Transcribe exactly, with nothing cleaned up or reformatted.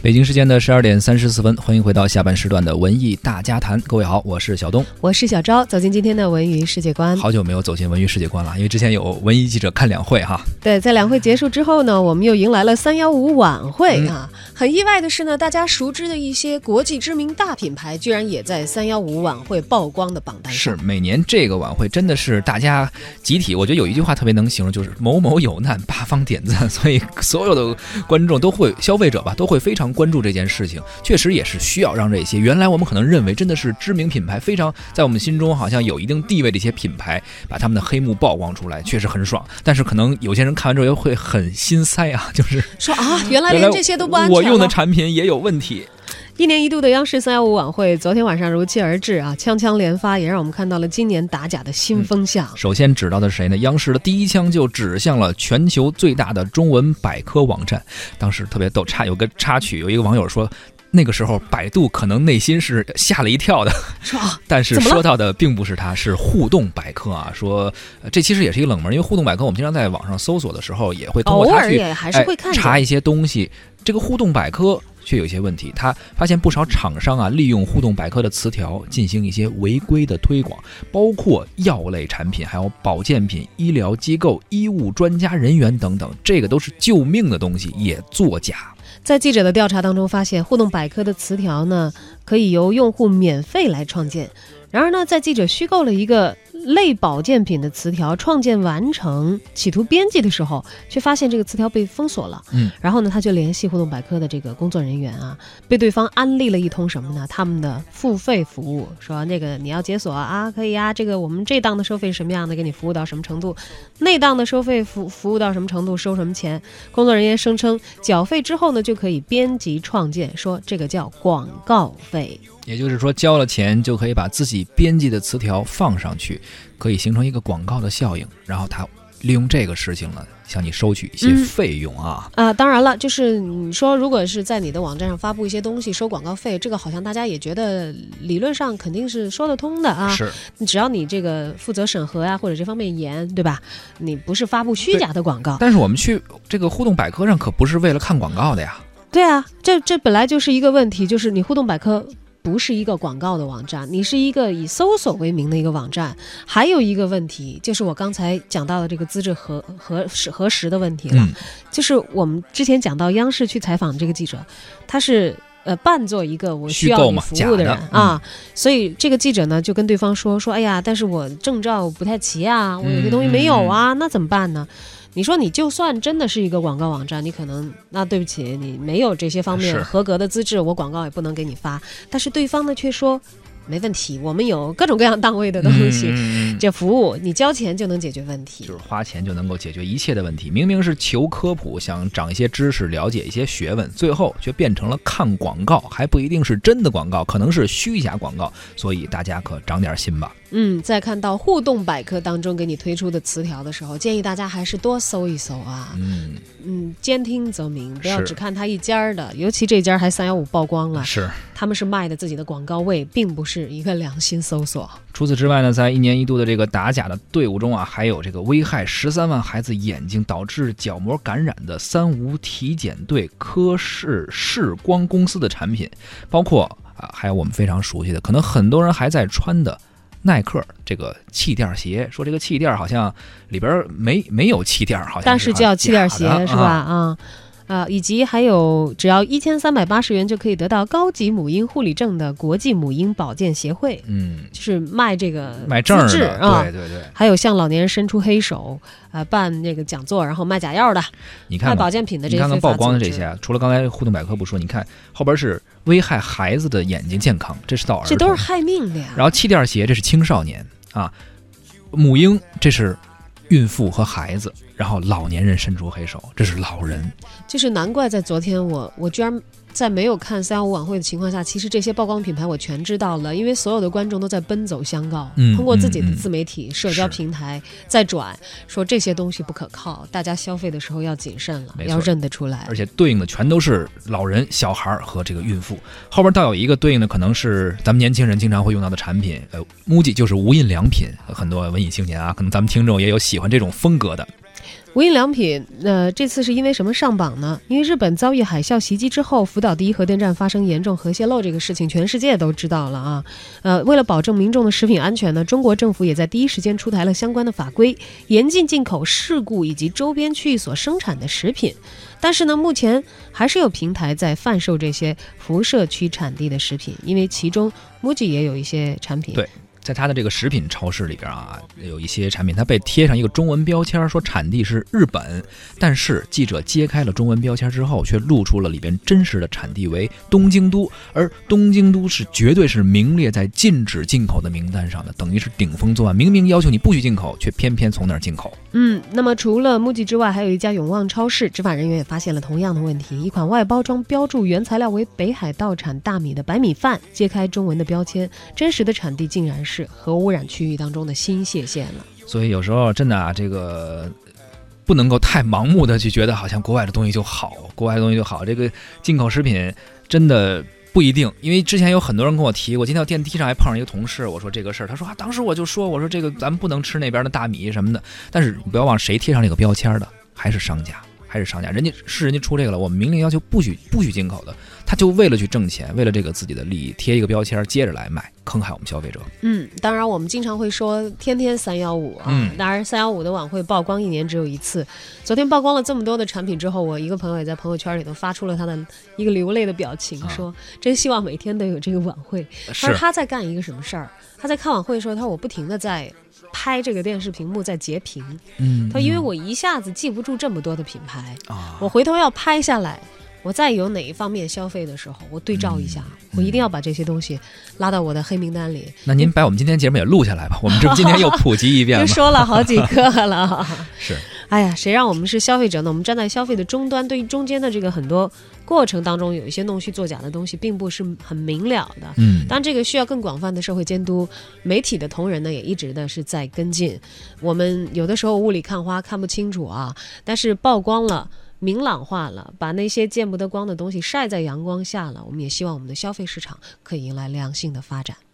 北京时间的十二点三十四分，欢迎回到下半时段的文艺大家谈。各位好，我是小东， 我是小昭，走进今天的文娱世界观。 好久没有走进文娱世界观了，因为之前有文艺记者看两会哈。 对，在两会结束之后呢，我们又迎来了三幺五晚会、嗯、啊。很意外的是呢，大家熟知的一些国际知名大品牌，居然也在三幺五晚会曝光的榜单上。 是，每年这个晚会真的是大家集体，我觉得有一句话特别能形容，就是某某有难，八方点赞。所以所有的观众都会，消费者吧，都会非常关注这件事情。确实也是需要让这些原来我们可能认为真的是知名品牌，非常在我们心中好像有一定地位的一些品牌，把他们的黑幕曝光出来，确实很爽。但是可能有些人看完之后会很心塞啊，就是说啊，原来连这些都不安全了， 我用的产品也有问题。 一年一度的央视三幺五晚会昨天晚上如期而至啊，枪枪连发，也让我们看到了今年打假的新风向、嗯、 首先指到的是谁呢？央视的第一枪就指向了全球最大的中文百科网站。当时特别逗，插有个插曲，有一个网友说那个时候百度可能内心是吓了一跳的，但是说到的并不是它，是互动百科啊。说这其实也是一个冷门，因为互动百科我们经常在网上搜索的时候也会通过它去还是会看、哎、 查一些东西。这个互动百科却有一些问题，他发现不少厂商啊利用互动百科的词条进行一些违规的推广，包括药类产品、还有保健品、医疗机构、医务专家人员等等，这个都是救命的东西也作假。 在记者的调查当中发现，互动百科的词条呢可以由用户免费来创建。然而呢，在记者虚构了一个类保健品的词条创建完成，企图编辑的时候，却发现这个词条被封锁了。嗯，然后呢，他就联系互动百科的这个工作人员啊，被对方安利了一通什么呢？他们的付费服务，说那个你要解锁啊，可以啊，这个我们这档的收费是什么样的，给你服务到什么程度，那档的收费服服务到什么程度，收什么钱。工作人员声称，缴费之后呢，就可以编辑创建，说这个叫广告费。 也就是说，交了钱就可以把自己编辑的词条放上去，可以形成一个广告的效应，然后他利用这个事情呢，向你收取一些费用啊。 嗯、啊，当然了，就是你说，如果是在你的网站上发布一些东西收广告费，这个好像大家也觉得理论上肯定是说得通的啊。 是， 只要你这个负责审核啊，或者这方面严，对吧？你不是发布虚假的广告。 但是我们去这个互动百科上可不是为了看广告的呀。 对啊，这这本来就是一个问题，就是你互动百科不是一个广告的网站，你是一个以搜索为名的一个网站。还有一个问题，就是我刚才讲到的这个资质核核核实的问题了、嗯、就是我们之前讲到央视去采访这个记者，他是呃扮作一个我需要你服务的人啊、嗯，所以这个记者呢就跟对方说说，哎呀，但是我证照不太齐啊，我有些东西没有啊、嗯、那怎么办呢？你说你就算真的是一个广告网站，你可能那对不起，你没有这些方面合格的资质，我广告也不能给你发。但是对方呢却说没问题，我们有各种各样档位的东西、嗯、这服务你交钱就能解决问题， 就是花钱就能够解决一切的问题。明明是求科普，想长一些知识，了解一些学问，最后却变成了看广告，还不一定是真的广告，可能是虚假广告。所以大家可长点心吧。 嗯，在看到互动百科当中给你推出的词条的时候，建议大家还是多搜一搜啊。嗯嗯，兼听则明，不要只看他一家的，尤其这家还三幺五曝光了， 是他们是卖的自己的广告位，并不是一个良心搜索。 除此之外呢，在一年一度的这个打假的队伍中啊，还有这个危害十三万孩子眼睛导致角膜感染的三无体检队科视视光公司的产品，包括啊还有我们非常熟悉的，可能很多人还在穿的耐克这个气垫鞋，说这个气垫好像里边没没有气垫，好像是但是叫气垫鞋是吧？啊。呃，以及还有只要一千三百八十元就可以得到高级母婴护理证的国际母婴保健协会，嗯，就是卖这个卖证的啊， 对对对。 还有向老年人伸出黑手，呃，办那个讲座，然后卖假药的， 你看卖保健品的这些， 你看看曝光的这些，除了刚才互动百科不说，你看后边是危害孩子的眼睛健康，这是到儿童， 这都是害命的呀。 然后气垫鞋这是青少年啊，母婴这是孕妇和孩子，然后老年人伸出黑手，这是老人。 就是难怪在昨天我我居然在没有看三幺五晚会的情况下，其实这些曝光品牌我全知道了，因为所有的观众都在奔走相告，嗯、通过自己的自媒体、嗯、社交平台在转，说这些东西不可靠，大家消费的时候要谨慎了，要认得出来。 而且对应的全都是老人、小孩和这个孕妇。后边倒有一个对应的，可能是咱们年轻人经常会用到的产品，呃 ，M U J I 就是无印良品，很多文艺青年啊，可能咱们听众也有喜欢这种风格的。 无印良品，呃，这次是因为什么上榜呢？因为日本遭遇海啸袭击之后，福岛第一核电站发生严重核泄漏这个事情，全世界都知道了啊。呃，为了保证民众的食品安全呢，中国政府也在第一时间出台了相关的法规，严禁进口事故以及周边区域所生产的食品。但是呢，目前还是有平台在贩售这些辐射区产地的食品，因为其中 MUJI 也有一些产品。 对。在它的这个食品超市里边啊，有一些产品它被贴上一个中文标签，说产地是日本，但是记者揭开了中文标签之后，却露出了里边真实的产地为东京都，而东京都是绝对是名列在禁止进口的名单上的，等于是顶风作案，明明要求你不许进口，却偏偏从那儿进口。 嗯，那么除了MUJI之外，还有一家永旺超市，执法人员也发现了同样的问题，一款外包装标注原材料为北海道产大米的白米饭，揭开中文的标签，真实的产地竟然是核污染区域当中的新泻县了。 所以有时候真的啊，这个不能够太盲目的去觉得好像国外的东西就好，国外的东西就好，这个进口食品真的不一定。因为之前有很多人跟我提，我今天到电梯上还碰上一个同事，我说这个事儿，他说啊，当时我就说，我说这个咱们不能吃那边的大米什么的，但是你不要忘谁贴上这个标签的，还是商家。还是商家，人家是人家出这个了，我们明令要求不许不许进口的，他就为了去挣钱，为了这个自己的利益贴一个标签，接着来卖，坑害我们消费者。 嗯，当然我们经常会说天天三幺五啊， 嗯， 当然三幺五的晚会曝光一年只有一次。昨天曝光了这么多的产品之后，我一个朋友也在朋友圈里头发出了他的一个流泪的表情，啊、说真希望每天都有这个晚会。他说他在干一个什么事儿？他在看晚会的时候，他说我不停的在拍这个电视屏幕在截屏， 嗯， 他因为我一下子记不住这么多的品牌， 啊， 我回头要拍下来，我再有哪一方面消费的时候，我对照一下，嗯、我一定要把这些东西拉到我的黑名单里。 那您把我们今天节目也录下来吧，我们这不今天又普及一遍吗？ 又说了好几个了， 是。 哎呀，谁让我们是消费者呢？我们站在消费的终端，对于中间的这个很多过程当中，有一些弄虚作假的东西，并不是很明了的。 嗯， 当然这个需要更广泛的社会监督，媒体的同仁呢也一直的是在跟进。我们有的时候雾里看花看不清楚啊，但是曝光了。明朗化了，把那些见不得光的东西晒在阳光下了，我们也希望我们的消费市场可以迎来良性的发展。